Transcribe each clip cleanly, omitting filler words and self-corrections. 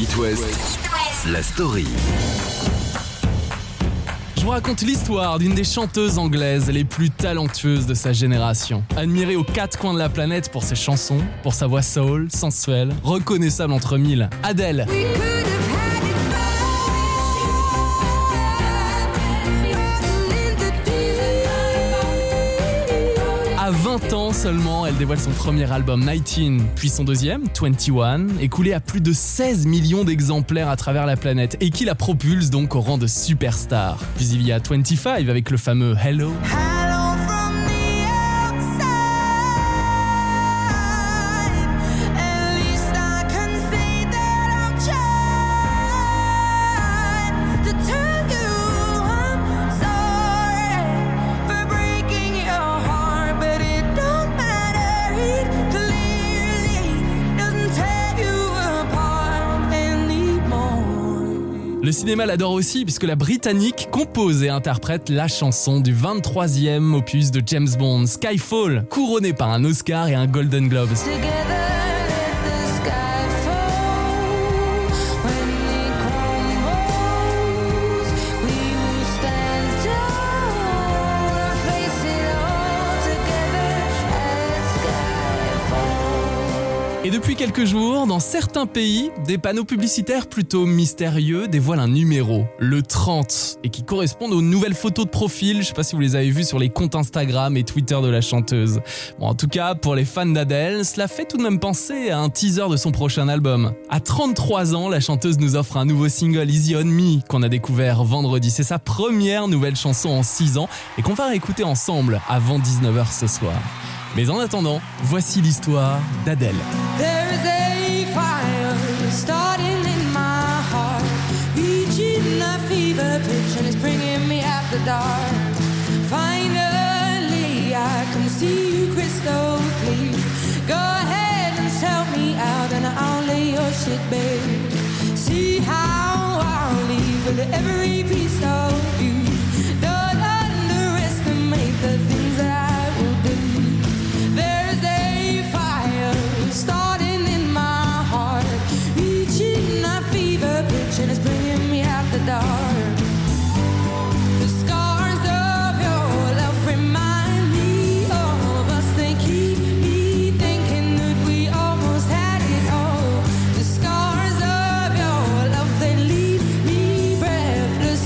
It West, la story. Je vous raconte l'histoire d'une des chanteuses anglaises les plus talentueuses de sa génération. Admirée aux quatre coins de la planète pour ses chansons, pour sa voix soul, sensuelle, reconnaissable entre mille. Adele. À 20 ans seulement, elle dévoile son premier album 19, puis son deuxième, 21, écoulé à plus de 16 millions d'exemplaires à travers la planète et qui la propulse donc au rang de superstar. Puis il y a 25 avec le fameux Hello. Le cinéma l'adore aussi puisque la Britannique compose et interprète la chanson du 23e opus de James Bond, Skyfall, couronné par un Oscar et un Golden Globe. Et depuis quelques jours, dans certains pays, des panneaux publicitaires plutôt mystérieux dévoilent un numéro, le 30, et qui correspondent aux nouvelles photos de profil. Je sais pas si vous les avez vues sur les comptes Instagram et Twitter de la chanteuse. Bon, en tout cas, pour les fans d'Adele, cela fait tout de même penser à un teaser de son prochain album. À 33 ans, la chanteuse nous offre un nouveau single, Easy on Me, qu'on a découvert vendredi. C'est sa première nouvelle chanson en 6 ans et qu'on va réécouter ensemble avant 19h ce soir. Mais en attendant, voici l'histoire d'Adele. There is a fire starting in my heart, reaching a fever pitch and it's bringing me out the dark. Finally, I can see you crystal clear. Go ahead and sell me out and I'll lay your shit bare. See how I'll leave with every piece of you. Don't underestimate the things that I will do. There's a fire starting in my heart, reaching a fever pitch and it's bringing me out the dark. The scars of your love remind me of us. They keep me thinking that we almost had it all. The scars of your love, they leave me breathless.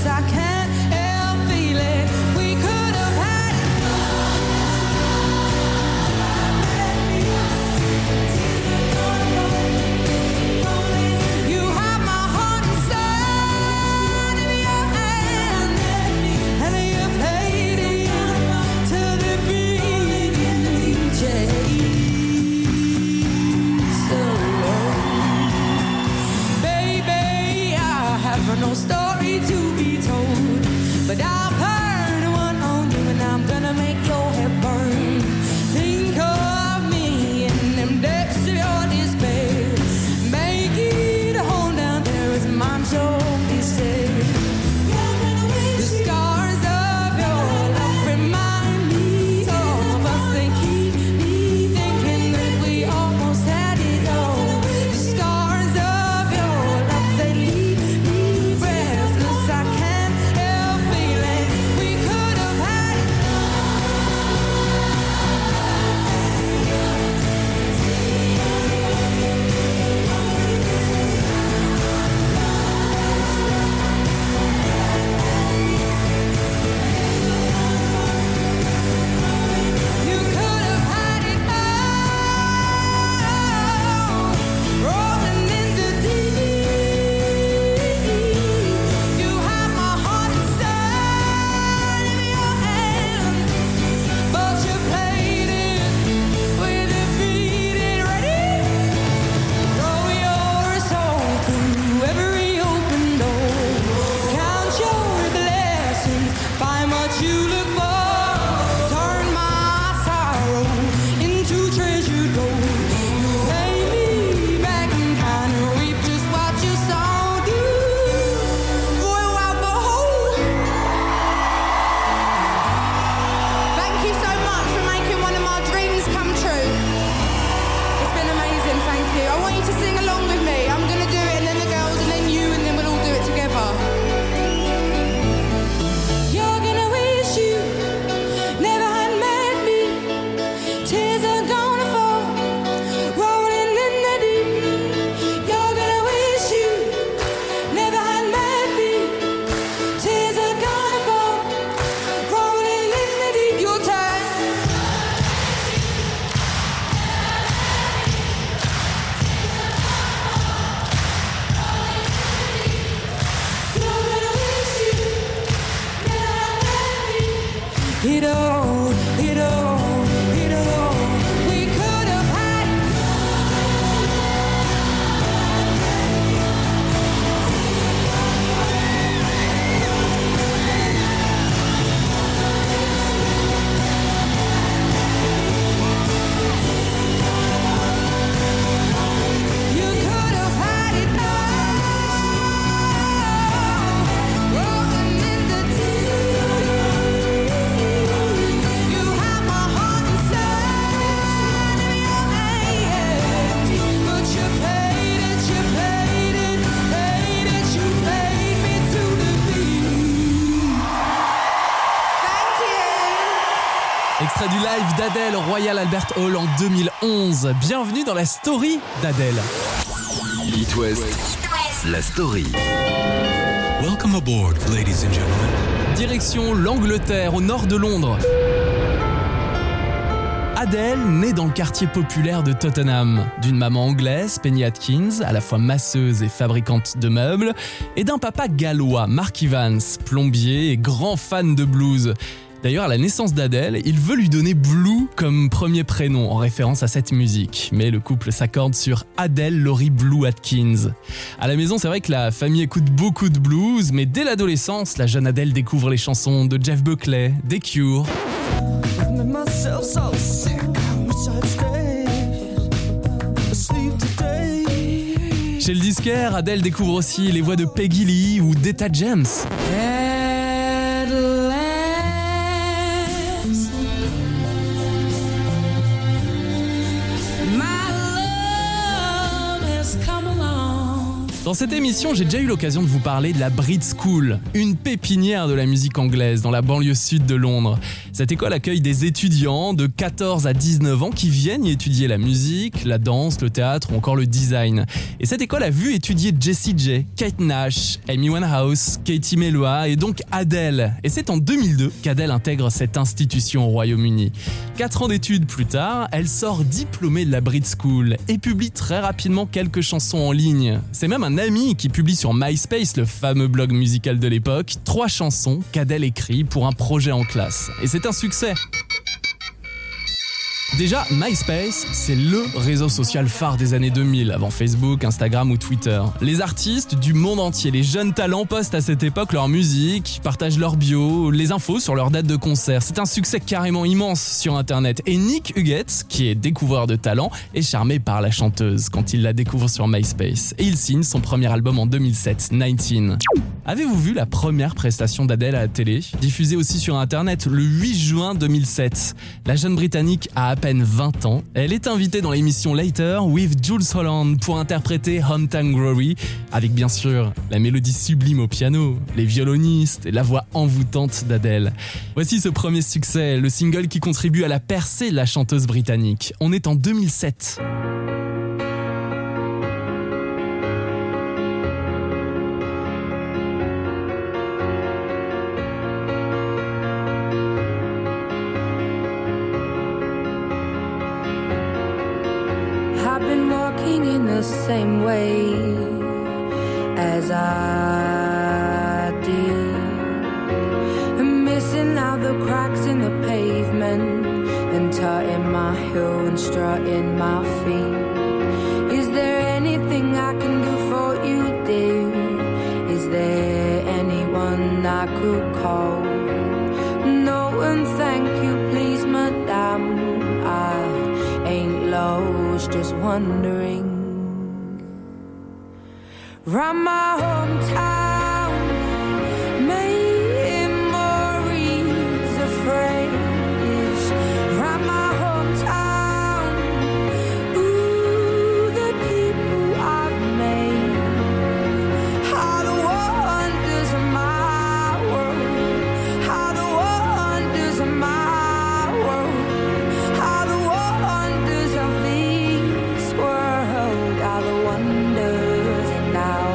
it all, it all, it all. We could have had you could have had it all. Rolling in the deep. You have my heart inside of your hands. But you played it, you played it, played it, you played me to the beat. Thank you. Extrait du live d'Adèle au Royal Albert Hall en 2011. Bienvenue dans la story d'Adèle. It West, la story. Welcome aboard, ladies and gentlemen. Direction l'Angleterre, au nord de Londres. Adèle naît dans le quartier populaire de Tottenham, d'une maman anglaise, Penny Atkins, à la fois masseuse et fabricante de meubles, et d'un papa gallois, Mark Evans, plombier et grand fan de blues. D'ailleurs, à la naissance d'Adèle, il veut lui donner Blue comme premier prénom, en référence à cette musique. Mais le couple s'accorde sur Adèle Laurie Blue Atkins. À la maison, c'est vrai que la famille écoute beaucoup de blues, mais dès l'adolescence, la jeune Adèle découvre les chansons de Jeff Buckley, des Cure. Made myself so sick. I wish I'd stay asleep today. Chez le disquaire, Adèle découvre aussi les voix de Peggy Lee ou d'Etta James. At last, my love has come along. Dans cette émission, j'ai déjà eu l'occasion de vous parler de la Brit School, une pépinière de la musique anglaise dans la banlieue sud de Londres. Cette école accueille des étudiants de 14 à 19 ans qui viennent y étudier la musique, la danse, le théâtre ou encore le design. Et cette école a vu étudier Jessie J, Kate Nash, Amy Winehouse, Katie Melua et donc Adèle. Et c'est en 2002 qu'Adèle intègre cette institution au Royaume-Uni. 4 ans d'études plus tard, elle sort diplômée de la Brit School et publie très rapidement quelques chansons en ligne. C'est même un ami qui publie sur MySpace, le fameux blog musical de l'époque, 3 chansons qu'Adèle écrit pour un projet en classe. Et c'est un succès. Déjà, MySpace, c'est le réseau social phare des années 2000, avant Facebook, Instagram ou Twitter. Les artistes du monde entier, les jeunes talents postent à cette époque leur musique, partagent leur bio, les infos sur leur date de concert. C'est un succès carrément immense sur Internet. Et Nick Huguette, qui est découvreur de talent, est charmé par la chanteuse quand il la découvre sur MySpace. Et il signe son premier album en 2007, 19. Avez-vous vu la première prestation d'Adèle à la télé, diffusée aussi sur Internet le 8 juin 2007 ? La jeune Britannique a à peine 20 ans. Elle est invitée dans l'émission Later with Jules Holland pour interpréter Hometown Glory, avec bien sûr la mélodie sublime au piano, les violonistes et la voix envoûtante d'Adèle. Voici ce premier succès, le single qui contribue à la percée de la chanteuse britannique. On est en 2007. I've been walking in the same way as I did, and missing out the cracks in the pavement, and tutting my heel and strutting my feet. Is there anything I can do for you, dear? Is there anyone I could call? No, and thank you, please, madame. I ain't lost, just wondering. Round my hometown, memories of phrase. Round my hometown, ooh, the people I've made. How the wonders of my world, how the wonders of my world, how the wonders of this world, how the wonders now.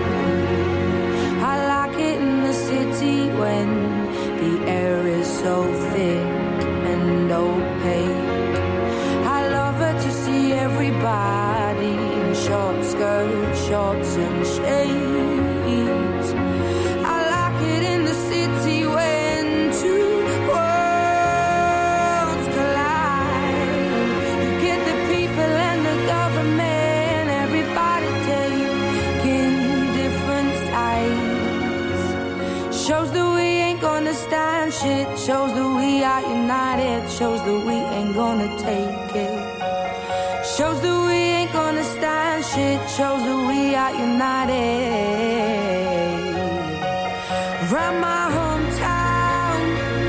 I like it in the city when the air is so thick and opaque. I love it to see everybody in short skirts, shorts and shades. I like it in the city when two worlds stand shit. Shows that we are united. Shows that we ain't gonna take it. Shows that we ain't gonna stand shit. Shows that we are united. From my hometown,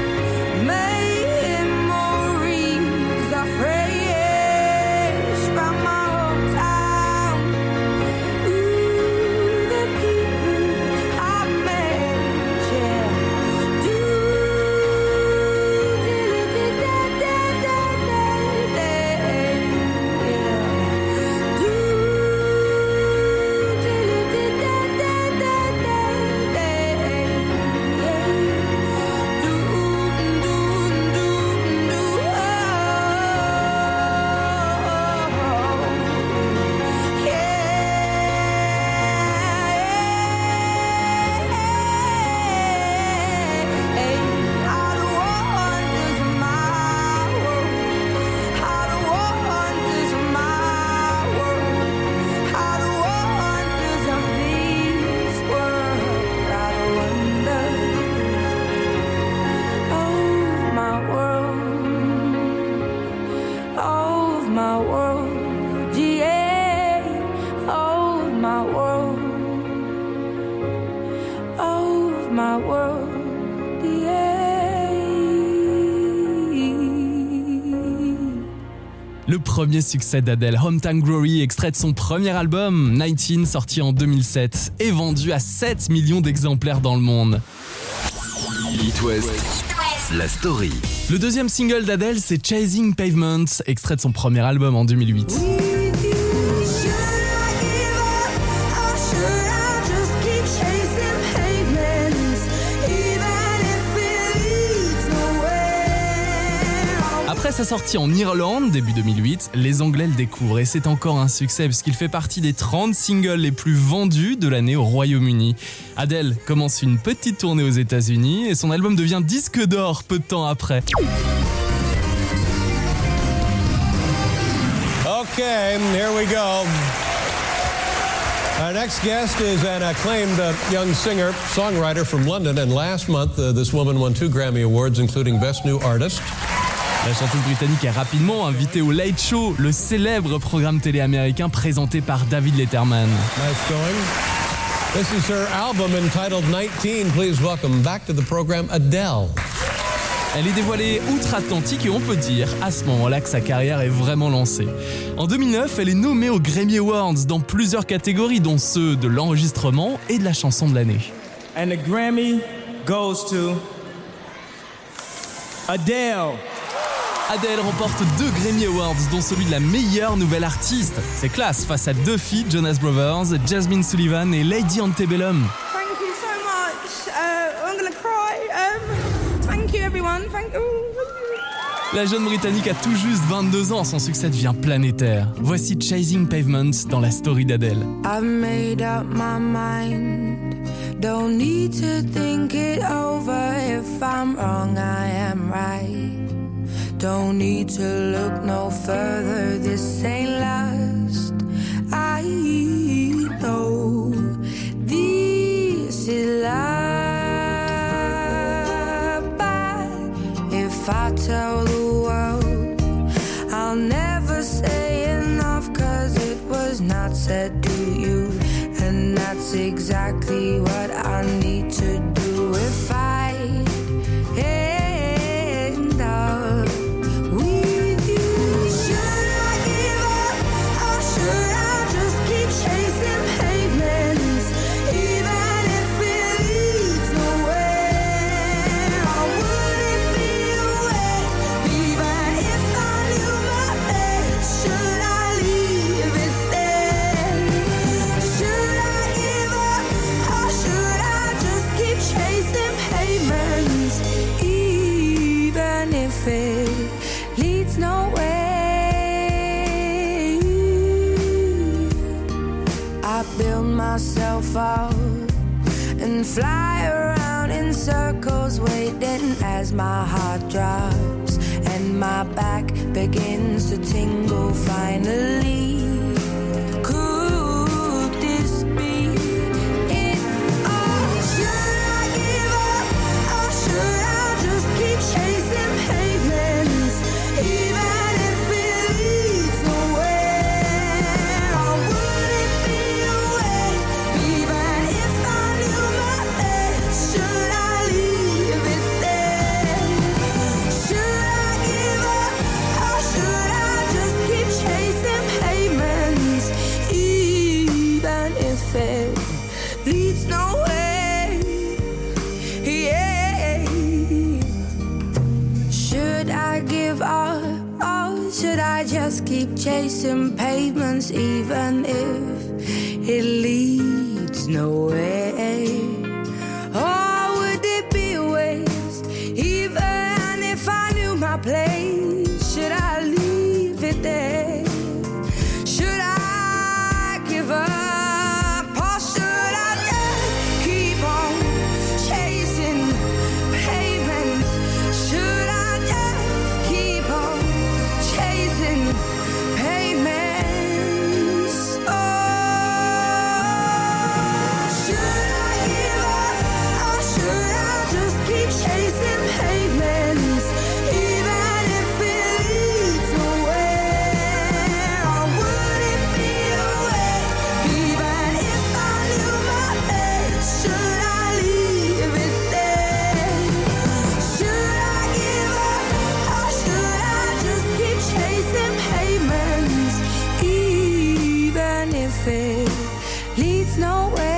memories are fresh. From my hometown, ooh, the people I've met, yeah. Le premier succès d'Adèle, Hometown Glory, extrait de son premier album, 19, sorti en 2007, et vendu à 7 millions d'exemplaires dans le monde. It West, la story. Le deuxième single d'Adèle, c'est Chasing Pavements, extrait de son premier album en 2008. Après sa sortie en Irlande, début 2008, les Anglais le découvrent et c'est encore un succès puisqu'il fait partie des 30 singles les plus vendus de l'année au Royaume-Uni. Adèle commence une petite tournée aux États-Unis et son album devient disque d'or peu de temps après. Okay, here we go. Our next guest is an acclaimed young singer-songwriter from London, and last month this woman won 2 Grammy Awards, including Best New Artist. La chanteuse britannique est rapidement invitée au Late Show, le célèbre programme télé américain présenté par David Letterman. Nice going. This is her album entitled 19. Please welcome back to the program Adele. Elle est dévoilée outre-Atlantique et on peut dire à ce moment-là que sa carrière est vraiment lancée. En 2009, elle est nommée aux Grammy Awards dans plusieurs catégories, dont ceux de l'enregistrement et de la chanson de l'année. And the Grammy goes to Adele. Adèle remporte 2 Grammy Awards, dont celui de la meilleure nouvelle artiste. C'est classe face à 2 filles, Jonas Brothers, Jasmine Sullivan et Lady Antebellum. Thank you so much. I'm gonna cry. Thank you everyone. Thank you. La jeune Britannique a tout juste 22 ans, son succès devient planétaire. Voici Chasing Pavements dans la story d'Adèle. I've made up my mind. Don't need to think it over. If I'm wrong, I am right. Don't need to look no further. This ain't last. I know this is love. But if I tell the world, I'll never say enough, 'cause it was not said to you. And that's exactly what I need to do if I end up with you. Should I give up or should I just keep chasing pavements, even if it leads nowhere? I wouldn't be away, even if I knew my best. Should I leave it there? Should I give up or should I just keep chasing pavements, even if it leads nowhere? I build myself up and fly around in circles, waiting as my heart drops and my back begins to tingle finally. Could this be it all? Should I give up or should I just chasing pavements, even if it leads nowhere. Or would it be a waste, even if I knew my place? Should I leave it there? Should I give up, or should I just keep on chasing pavements? Should I just keep on chasing pavements? Oh, should I give up, or should I just keep chasing pavements? Even if it leads nowhere, or would it be a waste? Even if I knew my place, should I leave it there? Should I give up, or should I just keep chasing pavements? Even if it leads nowhere.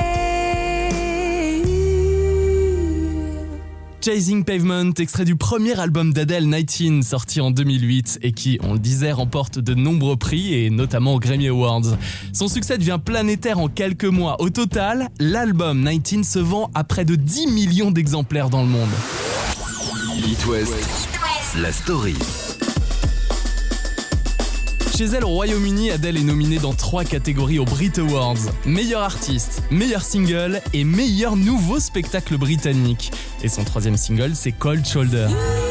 Chasing Pavement, extrait du premier album d'Adele 19, sorti en 2008 et qui, on le disait, remporte de nombreux prix et notamment aux Grammy Awards. Son succès devient planétaire en quelques mois. Au total, l'album 19 se vend à près de 10 millions d'exemplaires dans le monde. It West, la story. Chez elle au Royaume-Uni, Adele est nominée dans 3 catégories aux Brit Awards. Meilleur artiste, meilleur single et meilleur nouveau spectacle britannique. Et son 3e single, c'est Cold Shoulder.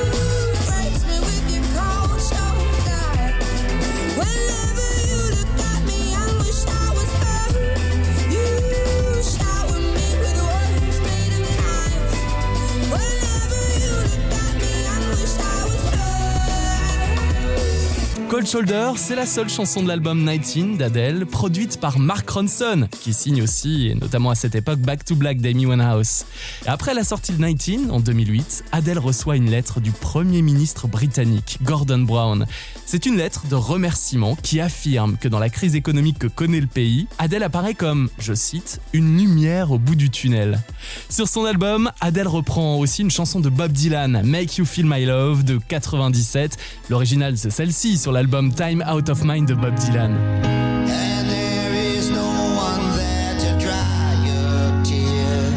Cold Shoulder, c'est la seule chanson de l'album 19 d'Adele, produite par Mark Ronson, qui signe aussi, et notamment à cette époque, Back to Black d'Amy Winehouse. Et après la sortie de 19, en 2008, Adele reçoit une lettre du Premier ministre britannique, Gordon Brown. C'est une lettre de remerciement qui affirme que dans la crise économique que connaît le pays, Adele apparaît comme, je cite, une lumière au bout du tunnel. Sur son album, Adele reprend aussi une chanson de Bob Dylan, Make You Feel My Love de 97. L'original, c'est celle-ci sur l'album Time Out of Mind de Bob Dylan. And there is no one there to dry your tears.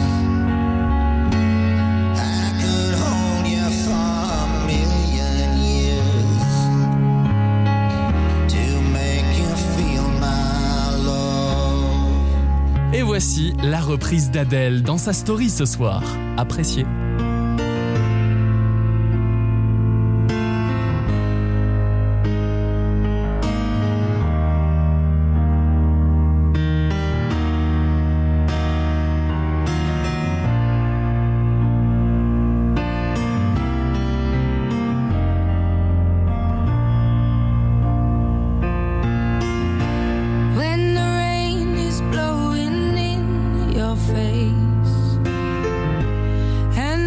I could hold you for a million years to make you feel my love. Et voici la reprise d'Adele dans sa story ce soir. Appréciez. When the rain is blowing in your face, and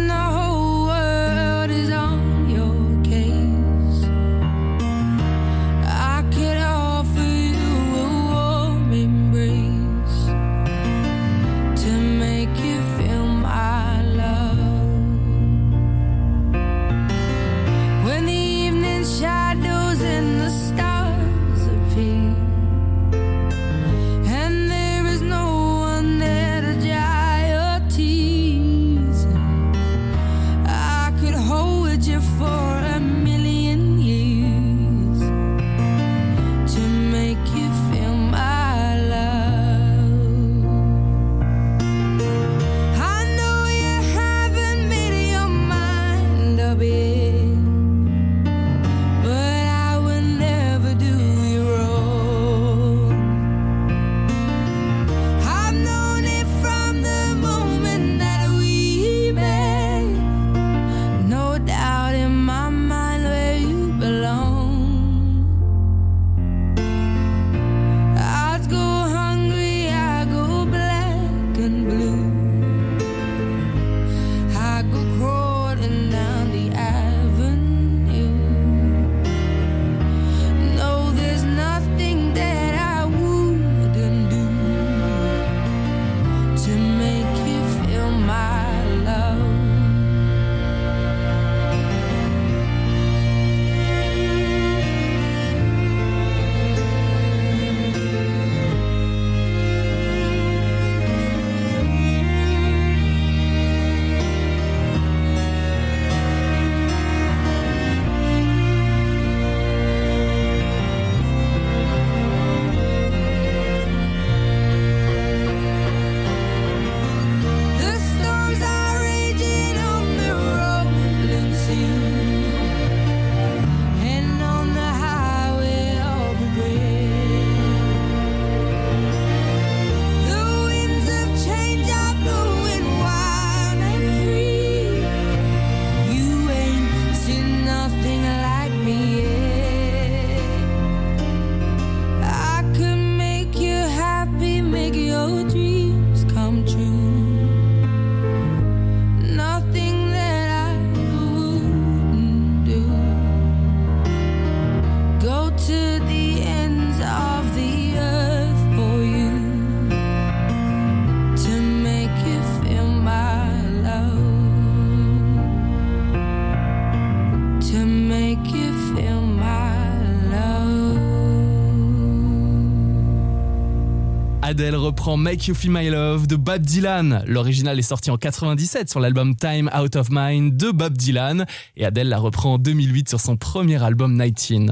Adele reprend Make You Feel My Love de Bob Dylan. L'original est sorti en 97 sur l'album Time Out of Mind de Bob Dylan et Adele la reprend en 2008 sur son premier album 19.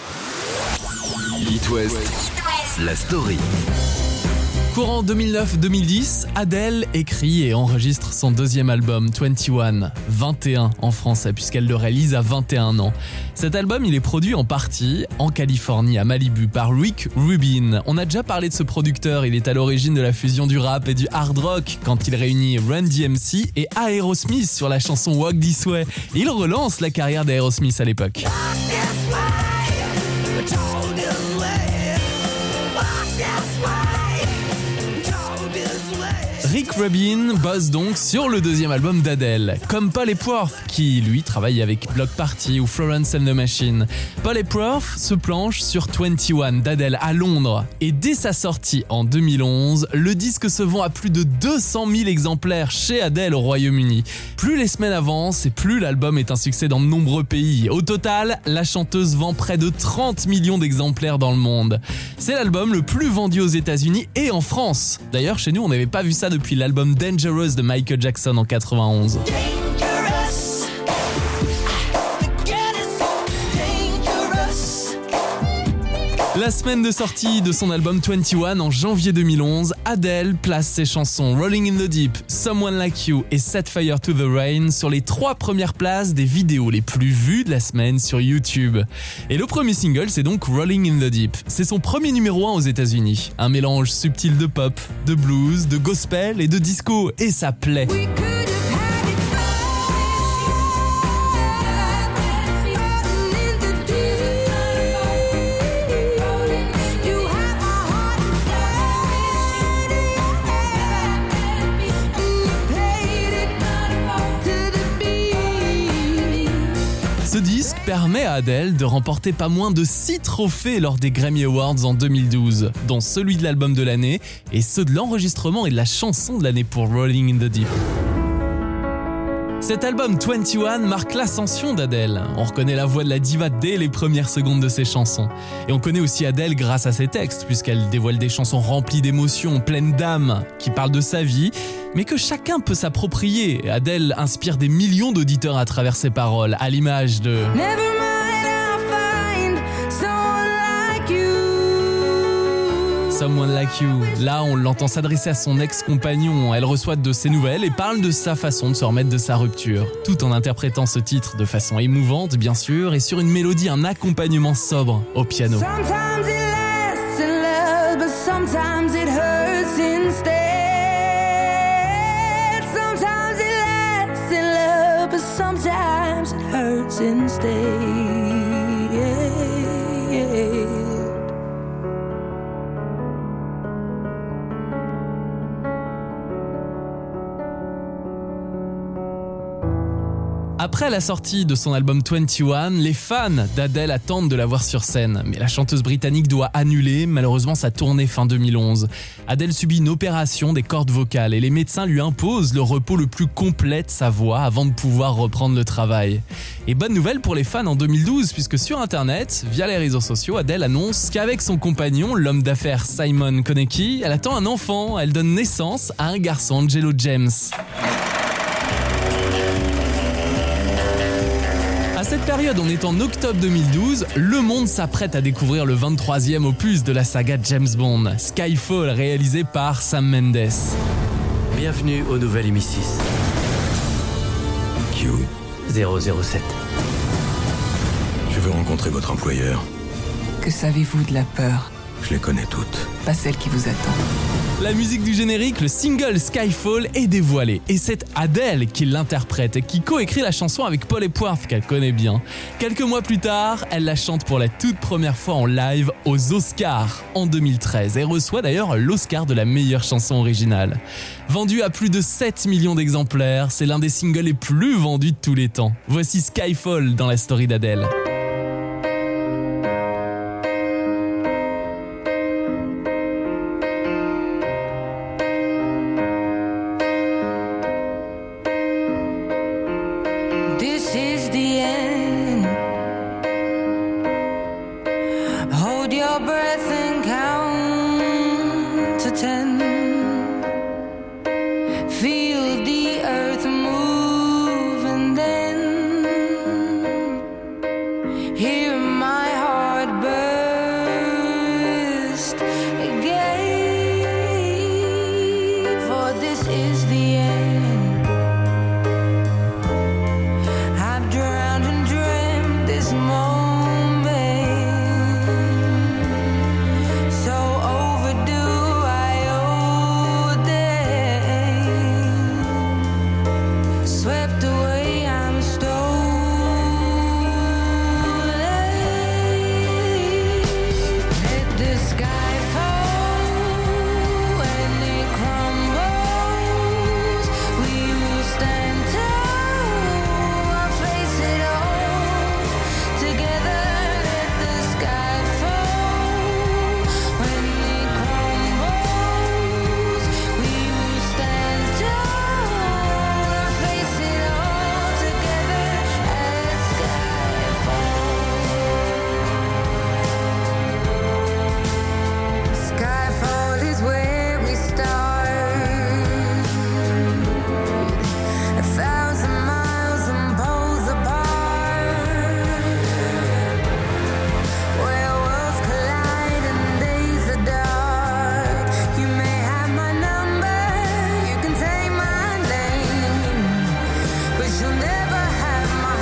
It West, la story. Courant 2009-2010, Adele écrit et enregistre son deuxième album 21 en français puisqu'elle le réalise à 21 ans. Cet album, il est produit en partie en Californie à Malibu par Rick Rubin. On a déjà parlé de ce producteur, il est à l'origine de la fusion du rap et du hard rock quand il réunit Run DMC et Aerosmith sur la chanson Walk This Way. Il relance la carrière d'Aerosmith à l'époque. Rick Rubin bosse donc sur le deuxième album d'Adele, comme Paul Epworth, qui lui travaille avec Bloc Party ou Florence and the Machine. Paul Epworth se planche sur 21 d'Adele à Londres, et dès sa sortie en 2011, le disque se vend à plus de 200 000 exemplaires chez Adele au Royaume-Uni. Plus les semaines avancent et plus l'album est un succès dans de nombreux pays. Au total, la chanteuse vend près de 30 millions d'exemplaires dans le monde. C'est l'album le plus vendu aux États-Unis et en France. D'ailleurs, chez nous, on n'avait pas vu ça depuis l'album Dangerous de Michael Jackson en 91. La semaine de sortie de son album 21 en janvier 2011, Adele place ses chansons Rolling in the Deep, Someone Like You et Set Fire to the Rain sur les 3 premières places des vidéos les plus vues de la semaine sur YouTube. Et le premier single, c'est donc Rolling in the Deep. C'est son premier numéro 1 aux États-Unis. Un mélange subtil de pop, de blues, de gospel et de disco. Et ça plaît. Ce disque permet à Adele de remporter pas moins de 6 trophées lors des Grammy Awards en 2012, dont celui de l'album de l'année et ceux de l'enregistrement et de la chanson de l'année pour Rolling in the Deep. Cet album 21 marque l'ascension d'Adele. On reconnaît la voix de la diva dès les premières secondes de ses chansons. Et on connaît aussi Adele grâce à ses textes, puisqu'elle dévoile des chansons remplies d'émotions, pleines d'âme, qui parlent de sa vie, mais que chacun peut s'approprier. Adele inspire des millions d'auditeurs à travers ses paroles, à l'image de... Someone Like You. Là, on l'entend s'adresser à son ex-compagnon. Elle reçoit de ses nouvelles et parle de sa façon de se remettre de sa rupture. Tout en interprétant ce titre de façon émouvante, bien sûr, et sur une mélodie, un accompagnement sobre au piano. Sometimes it lasts in love, but sometimes it hurts instead. Sometimes it lasts in love, but sometimes it hurts instead. Après la sortie de son album 21, les fans d'Adele attendent de la voir sur scène. Mais la chanteuse britannique doit annuler malheureusement sa tournée fin 2011. Adele subit une opération des cordes vocales et les médecins lui imposent le repos le plus complet de sa voix avant de pouvoir reprendre le travail. Et bonne nouvelle pour les fans en 2012 puisque sur internet, via les réseaux sociaux, Adele annonce qu'avec son compagnon, l'homme d'affaires Simon Konecki, elle attend un enfant. Elle donne naissance à un garçon, Angelo James. À cette période, on est en octobre 2012, le monde s'apprête à découvrir le 23e opus de la saga James Bond, Skyfall, réalisé par Sam Mendes. Bienvenue au nouvel MI6. Q007. Je veux rencontrer votre employeur. Que savez-vous de la peur? Je les connais toutes. Pas celle qui vous attend. La musique du générique, le single Skyfall est dévoilé et c'est Adele qui l'interprète et qui coécrit la chanson avec Paul Epworth qu'elle connaît bien. Quelques mois plus tard, elle la chante pour la toute première fois en live aux Oscars en 2013 et reçoit d'ailleurs l'Oscar de la meilleure chanson originale. Vendu à plus de 7 millions d'exemplaires, c'est l'un des singles les plus vendus de tous les temps. Voici Skyfall dans la story d'Adele. This is the end. Hold your breath and count to pretend. Feel the earth move and then hear my heart burst again. For this is the end. I've drowned and dreamt this moment, so overdue I owe them. Swept away, I'm stolen. Let the sky fall when it crumbles. We will stand tall, face it all together. Let the sky fall when it crumbles. We will stand tall, face it all together. Let sky fall. Skyfall is where we start. 1,000 miles and poles apart, where worlds collide and days are dark. You may have my number, you can take my name, but you'll never have my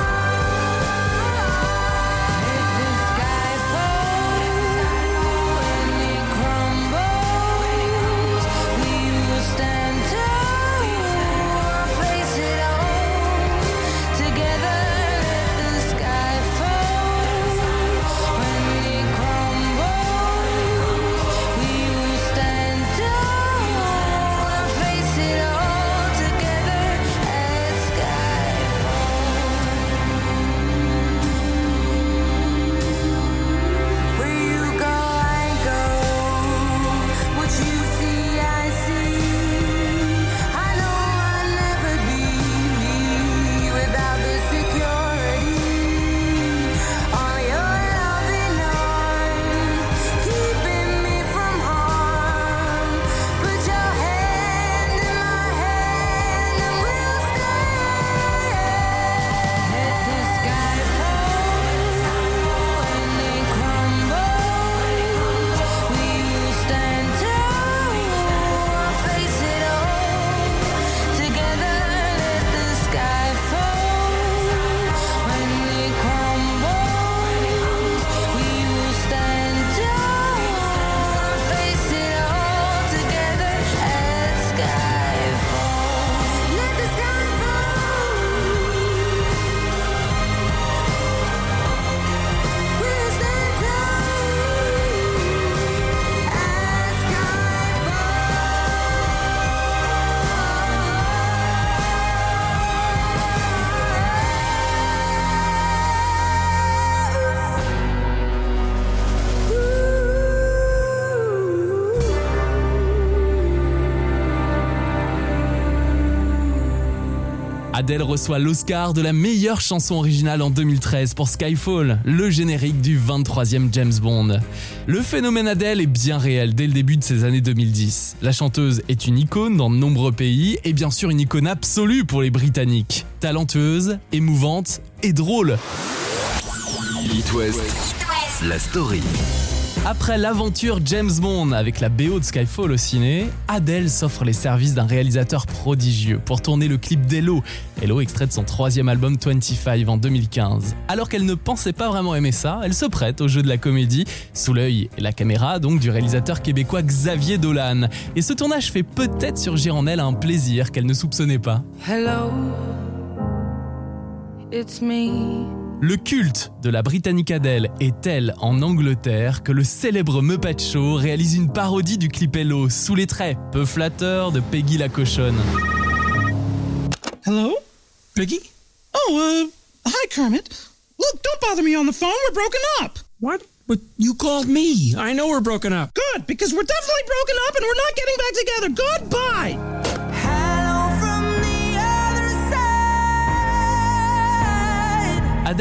heart. Let the sky fall when it crumbles. We will stand tall, face it all together. Let the sky fall when it crumbles. We will stand tall, face it all together. Let sky fall. Where you go, I go. What you see, I see. I know I'll never be without the security. All your loving arms keeping me from harm. Put your hand in my hand and we'll stay. Let the sky fall when it crumbles. We will stand tall, face it all together. Let the sky fall when it crumbles. We will stand tall, face it all together. Let sky fall. Let the sky fall. We'll stand tall as sky Adele reçoit l'Oscar de la meilleure chanson originale en 2013 pour Skyfall, le générique du 23e James Bond. Le phénomène Adele est bien réel dès le début de ces années 2010. La chanteuse est une icône dans de nombreux pays et bien sûr une icône absolue pour les Britanniques. Talentueuse, émouvante et drôle. It West, la story. Après l'aventure James Bond avec la BO de Skyfall au ciné, Adele s'offre les services d'un réalisateur prodigieux pour tourner le clip d'Hello. Hello, extrait de son 3e album 25 en 2015. Alors qu'elle ne pensait pas vraiment aimer ça, elle se prête au jeu de la comédie, sous l'œil et la caméra donc du réalisateur québécois Xavier Dolan. Et ce tournage fait peut-être surgir en elle un plaisir qu'elle ne soupçonnait pas. Hello, it's me. Le culte de la Britannique Adele est tel en Angleterre que le célèbre Muppet Show réalise une parodie du clip Hello sous les traits peu flatteurs de Peggy la cochonne. Hello? Peggy? Oh, hi Kermit. Look, don't bother me on the phone, we're broken up. What? But you called me. I know we're broken up. Good, because we're definitely broken up and we're not getting back together. Goodbye!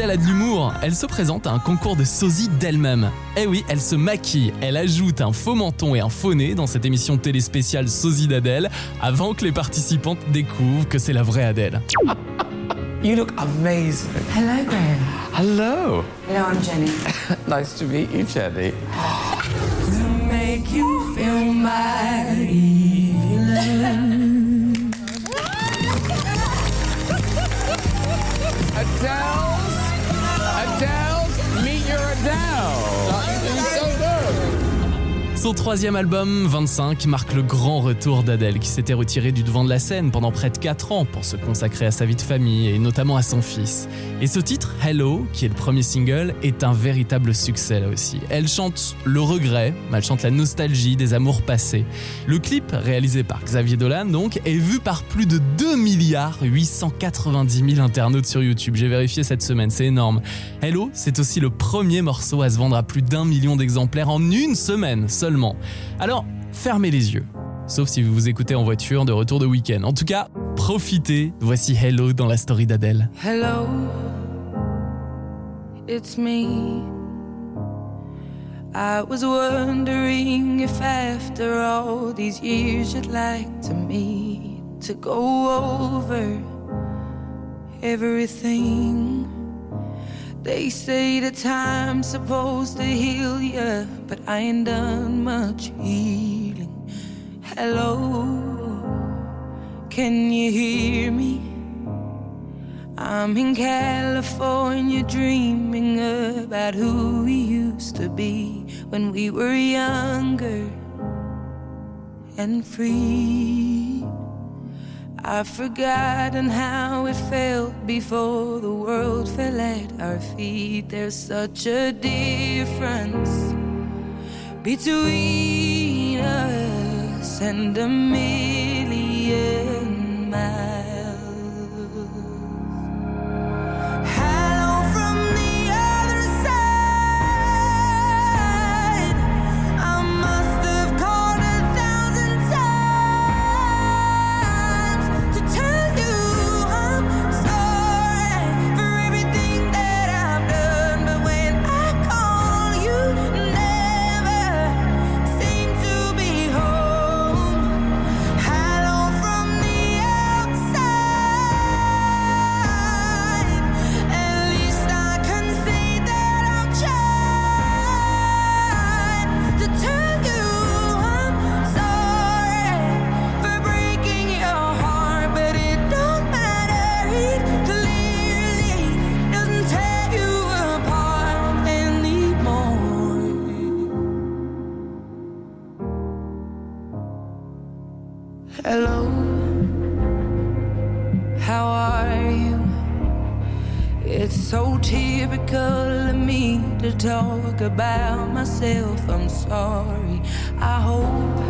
Adèle a de l'humour. Elle se présente à un concours de sosie d'elle-même. Eh oui, elle se maquille. Elle ajoute un faux menton et un faux nez dans cette émission télé spéciale Sosie d'Adèle avant que les participantes découvrent que c'est la vraie Adèle. You look amazing. Hello, Graham. Hello. Hello, I'm Jenny. Nice to meet you, Jenny. To make you feel mighty loved. Adele, meet your Adele. You're so good. Son troisième album, 25, marque le grand retour d'Adèle qui s'était retirée du devant de la scène pendant près de 4 ans pour se consacrer à sa vie de famille et notamment à son fils. Et ce titre, Hello, qui est le premier single, est un véritable succès là aussi. Elle chante le regret, elle chante la nostalgie des amours passés. Le clip, réalisé par Xavier Dolan donc, est vu par plus de 2 890 000 internautes sur YouTube. J'ai vérifié cette semaine, c'est énorme. Hello, c'est aussi le premier morceau à se vendre à plus d'1 million d'exemplaires en une semaine seulement. Alors, fermez les yeux. Sauf si vous vous écoutez en voiture de retour de week-end. En tout cas, profitez. Voici Hello dans la story d'Adèle. Hello, it's me. I was wondering if after all these years you'd like to meet, to go over everything. They say the time's supposed to heal ya, but I ain't done much healing. Hello, can you hear me? I'm in California dreaming about who we used to be when we were younger and free. I've forgotten how it felt before the world fell at our feet. There's such a difference between us and a million miles. Hello from the other side. I must have called 1,000 times to tell you I'm sorry for everything that I've done. But when I call, you never seem to be home. Hello from the outside. At least I can say that I've tried to tell you I'm sorry for breaking your heart, but it don't matter. It clearly doesn't tear you apart anymore. Hello, how are you? It's so typical of me to talk about myself. I'm sorry. I hope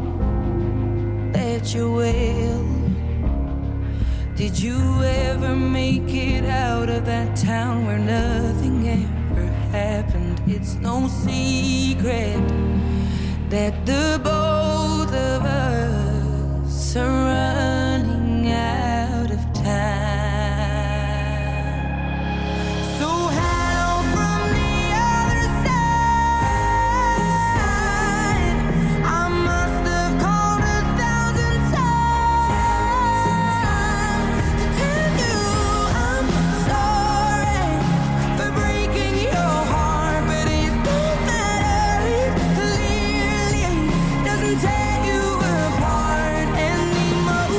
that you're well. Did you ever make it out of that town where nothing ever happened? It's no secret that the both of us are running out of time. So hello from the other side. I must have called 1,000 times to tell you I'm sorry for breaking your heart, but it don't matter. It clearly doesn't tear you apart anymore.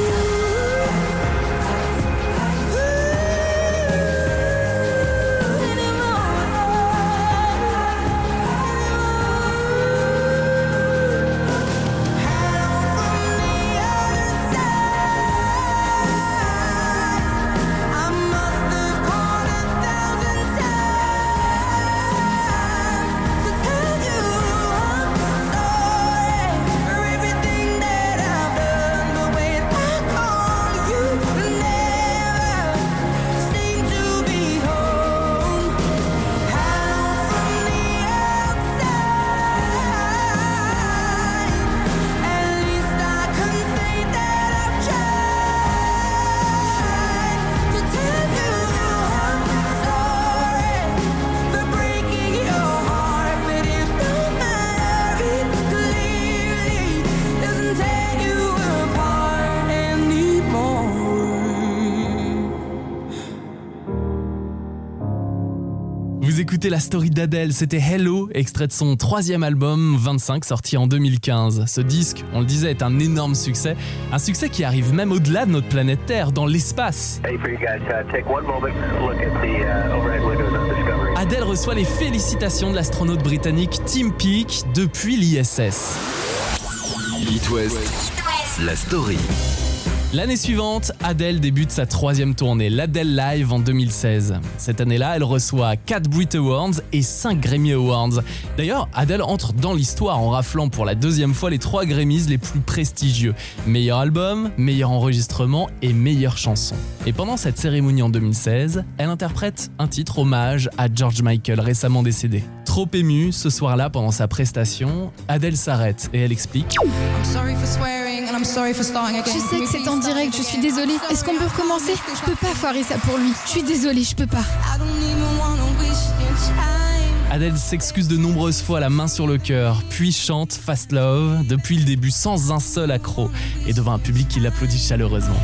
d'écouter la story d'Adèle, c'était Hello, extrait de son 3e album 25 sorti en 2015. Ce disque, on le disait, est un énorme succès, un succès qui arrive même au-delà de notre planète Terre, dans l'espace. Adèle reçoit les félicitations de l'astronaute britannique Tim Peake depuis l'ISS. It West, la story. L'année suivante, Adèle débute sa 3e tournée, l'Adèle Live en 2016. Cette année-là, elle reçoit 4 Brit Awards et 5 Grammy Awards. D'ailleurs, Adèle entre dans l'histoire en raflant pour la 2e fois les 3 Grammys les plus prestigieux. Meilleur album, meilleur enregistrement et meilleure chanson. Et pendant cette cérémonie en 2016, elle interprète un titre hommage à George Michael, récemment décédé. Trop émue, ce soir-là, pendant sa prestation, Adèle s'arrête et elle explique « Je sais que c'est en direct, je suis désolée. Est-ce qu'on peut recommencer ? Je peux pas foirer ça pour lui. Je suis désolée, je peux pas. » Adèle s'excuse de nombreuses fois, la main sur le cœur, puis chante Fast Love depuis le début sans un seul accroc et devant un public qui l'applaudit chaleureusement.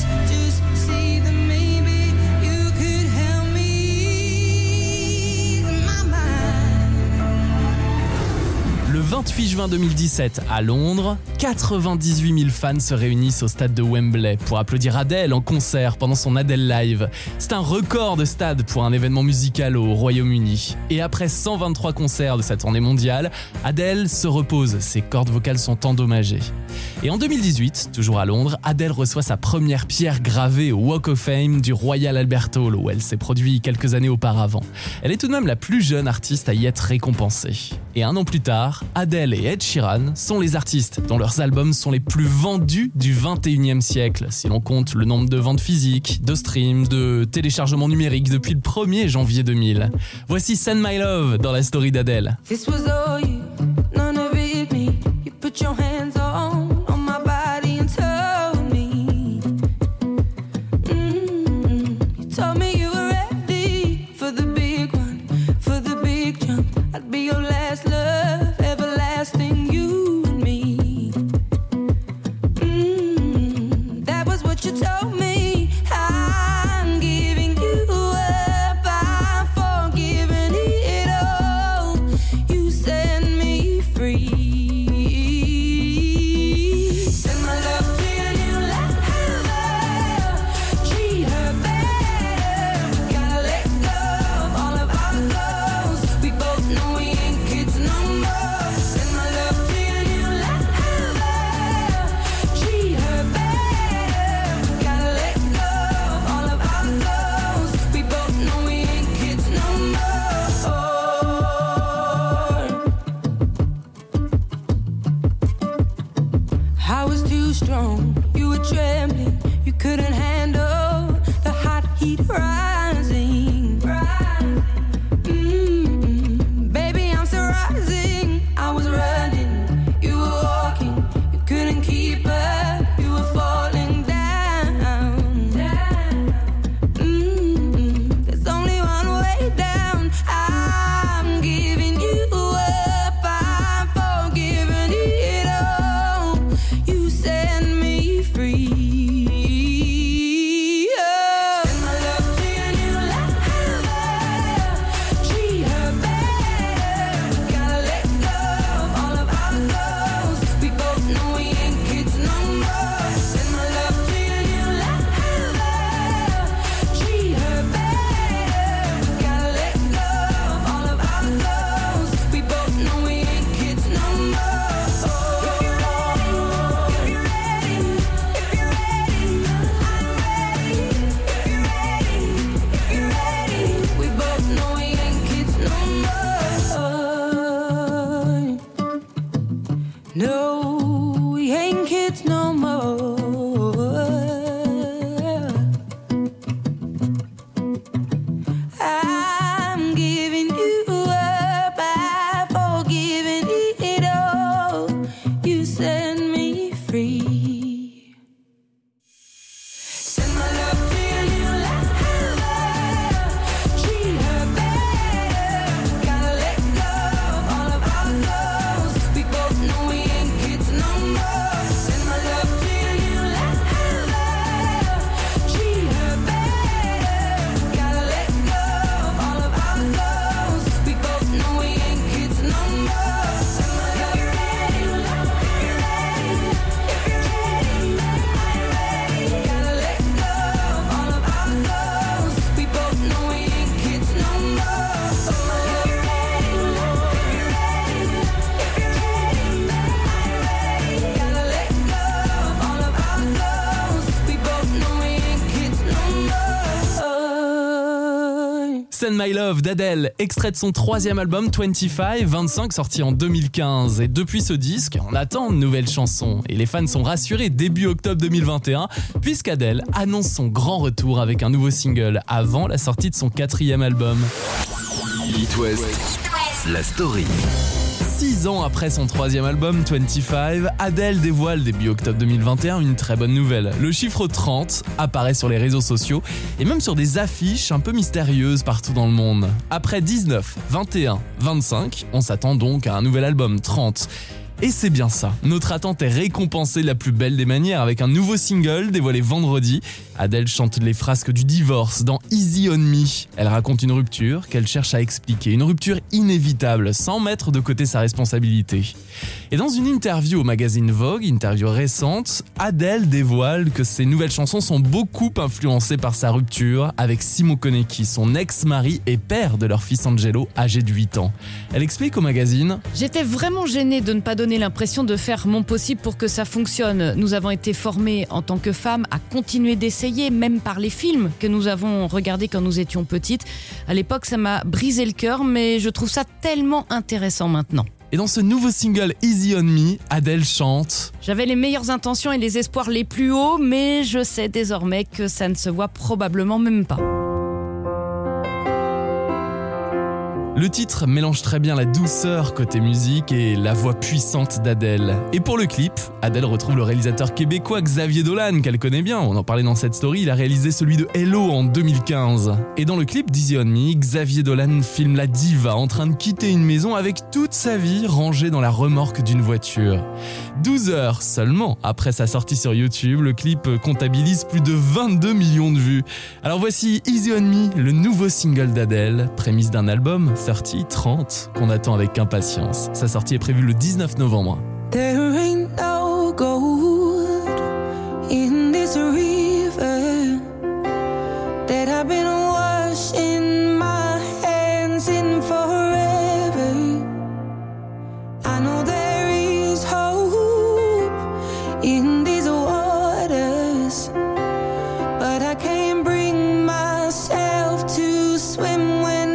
Le 28 juin 2017, à Londres, 98 000 fans se réunissent au stade de Wembley pour applaudir Adèle en concert pendant son Adèle Live. C'est un record de stade pour un événement musical au Royaume-Uni. Et après 123 concerts de sa tournée mondiale, Adèle se repose, ses cordes vocales sont endommagées. Et en 2018, toujours à Londres, Adèle reçoit sa première pierre gravée au Walk of Fame du Royal Albert Hall, où elle s'est produite quelques années auparavant. Elle est tout de même la plus jeune artiste à y être récompensée. Et un an plus tard, Adèle et Ed Sheeran sont les artistes dont leurs albums sont les plus vendus du 21e siècle, si l'on compte le nombre de ventes physiques, de streams, de téléchargements numériques depuis le 1er janvier 2000. Voici Send My Love dans la story d'Adèle. This was all you, none of it me. You put your hands on my body and told me. You told me you were ready for the big one, for the big jump. I'd be your last love, everlasting, you and me. That was what you told me. I'm giving you up, I'm forgiving it all. You set me free. Send my love to your new lover. Treat her better. Gotta let go of all of our goals. We both know we ain't kids no more. Send my love to your new lover. Treat her better. Gotta let go of all of our goals. We both know we ain't kids no more. I was too strong, you were trembling, you couldn't handle the hot heat rising. Baby, I'm still rising. I was running, you were walking, you couldn't keep up, you were falling down. There's only one way down. I'm giving you up, I'm forgiving it all. You set me free. Send my love to your new lover. Treat her better. Gotta let go of all of our goals. We both know we ain't kids no more. Send my love to your new lover. Treat her better. Gotta let go of all of our goals. We both know we ain't kids no more. If you're ready, if you're ready, if you're ready, I'm ready. If you're ready, if you're ready, we both know we ain't kids no more. No, we ain't kids no more. I'm giving you up, I'm forgiving it all. You set me free. Send my love to your new lover. Treat her better. Gotta let go of all of our goals. We both know we ain't kids no more. Send my love Send My Love d'Adèle, extrait de son 3e album 25, sorti en 2015. Et depuis ce disque, on attend de nouvelles chansons. Et les fans sont rassurés début octobre 2021, puisqu'Adèle annonce son grand retour avec un nouveau single avant la sortie de son 4e album. It West, la story. 6 ans après son 3e album, 25, Adèle dévoile début octobre 2021 une très bonne nouvelle. Le chiffre 30 apparaît sur les réseaux sociaux et même sur des affiches un peu mystérieuses partout dans le monde. Après 19, 21, 25, on s'attend donc à un nouvel album 30. Et c'est bien ça, notre attente est récompensée de la plus belle des manières avec un nouveau single dévoilé vendredi. Adèle chante les frasques du divorce dans Easy on Me. Elle raconte une rupture qu'elle cherche à expliquer, une rupture inévitable sans mettre de côté sa responsabilité. Et dans une interview au magazine Vogue, interview récente, Adèle dévoile que ses nouvelles chansons sont beaucoup influencées par sa rupture avec Simo Koneki, son ex-mari et père de leur fils Angelo, âgé de 8 ans. Elle explique au magazine « J'étais vraiment gênée de ne pas donner l'impression de faire mon possible pour que ça fonctionne. Nous avons été formés en tant que femmes à continuer d'essayer, même par les films que nous avons regardés quand nous étions petites. À l'époque, ça m'a brisé le cœur, mais je trouve ça tellement intéressant maintenant. » Et dans ce nouveau single Easy on Me, Adèle chante « J'avais les meilleures intentions et les espoirs les plus hauts, mais je sais désormais que ça ne se voit probablement même pas. » Le titre mélange très bien la douceur côté musique et la voix puissante d'Adèle. Et pour le clip, Adèle retrouve le réalisateur québécois Xavier Dolan, qu'elle connaît bien, on en parlait dans cette story, il a réalisé celui de Hello en 2015. Et dans le clip d'Easy on Me, Xavier Dolan filme la diva en train de quitter une maison avec toute sa vie rangée dans la remorque d'une voiture. 12 heures seulement après sa sortie sur YouTube, le clip comptabilise plus de 22 millions de vues. Alors voici Easy on Me, le nouveau single d'Adèle, prémisse d'un album 30, qu'on attend avec impatience. Sa sortie est prévue le 19 novembre. There ain't no gold in this river that I've been washing my hands in forever. I know there is hope in these waters, but I can't bring myself to swim when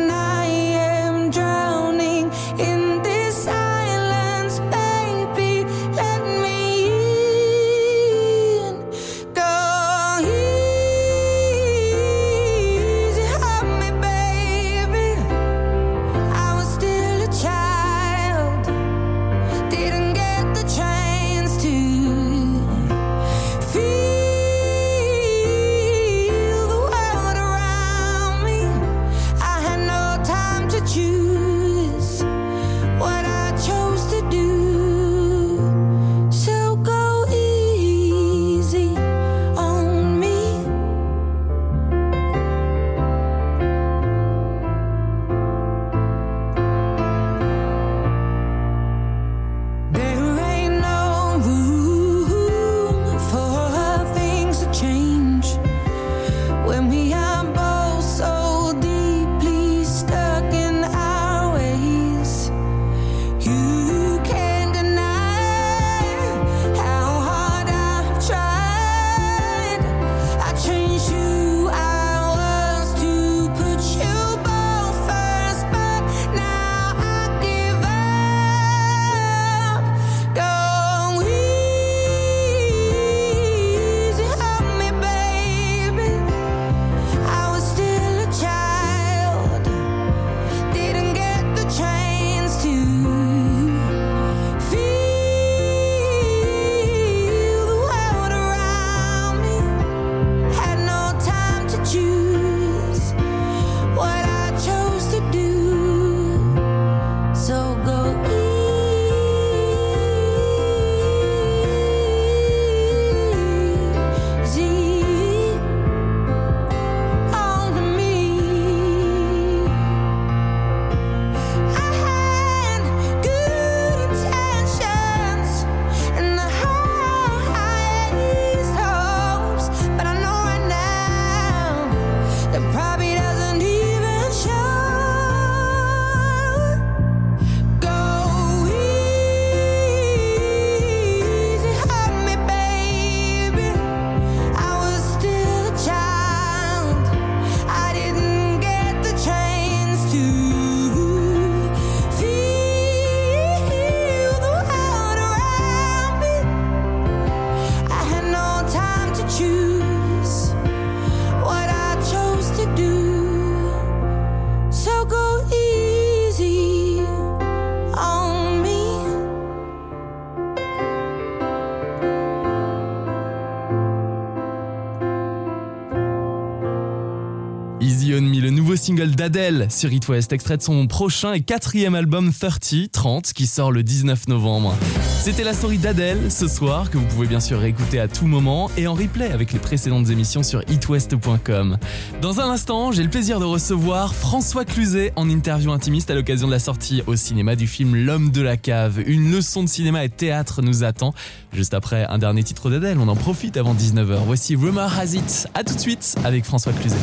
You and Me, le nouveau single d'Adèle sur It West, extrait de son prochain et 4e album 30, qui sort le 19 novembre. C'était la story d'Adèle ce soir, que vous pouvez bien sûr réécouter à tout moment et en replay avec les précédentes émissions sur itwest.com. Dans un instant, j'ai le plaisir de recevoir François Cluzet en interview intimiste à l'occasion de la sortie au cinéma du film L'Homme de la Cave. Une leçon de cinéma et théâtre nous attend. Juste après un dernier titre d'Adèle, on en profite avant 19h. Voici Rumor Has It. À tout de suite avec François Cluzet.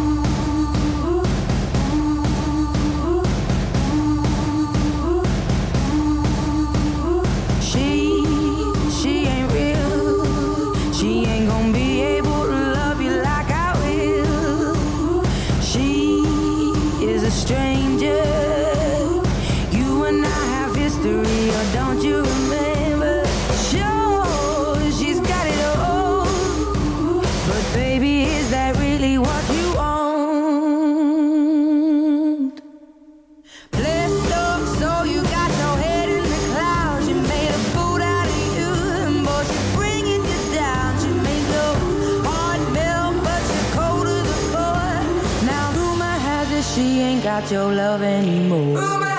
Got your love anymore.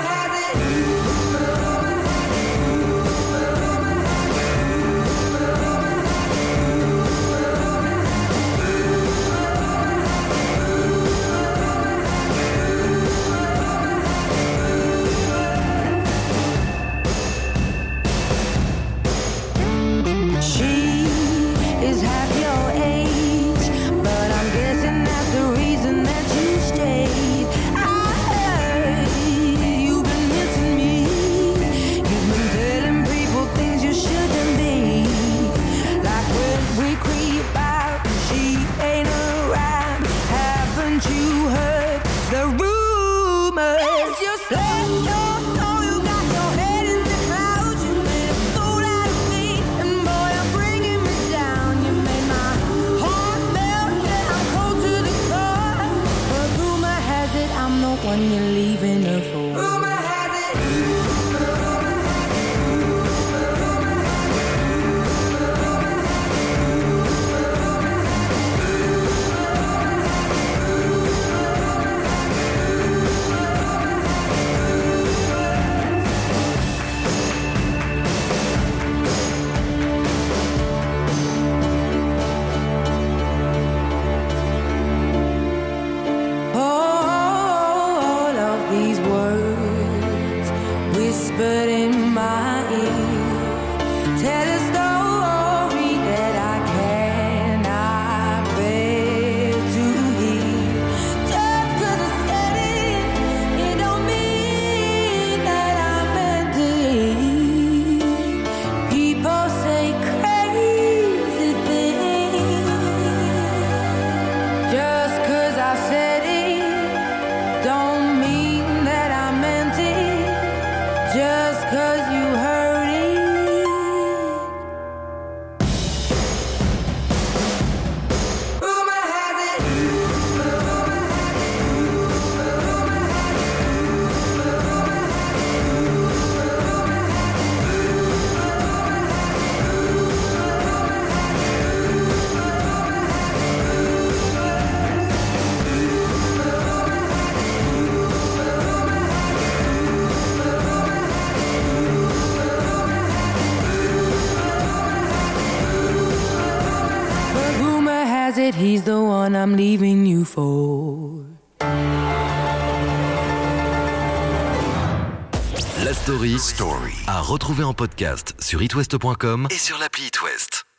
She is half your age, but I'm guessing that's the reason that you stayed. When you're leaving her for rumor has it. He's the one I'm leaving you for. La story à retrouver en podcast sur itwest.com et sur l'appli It West.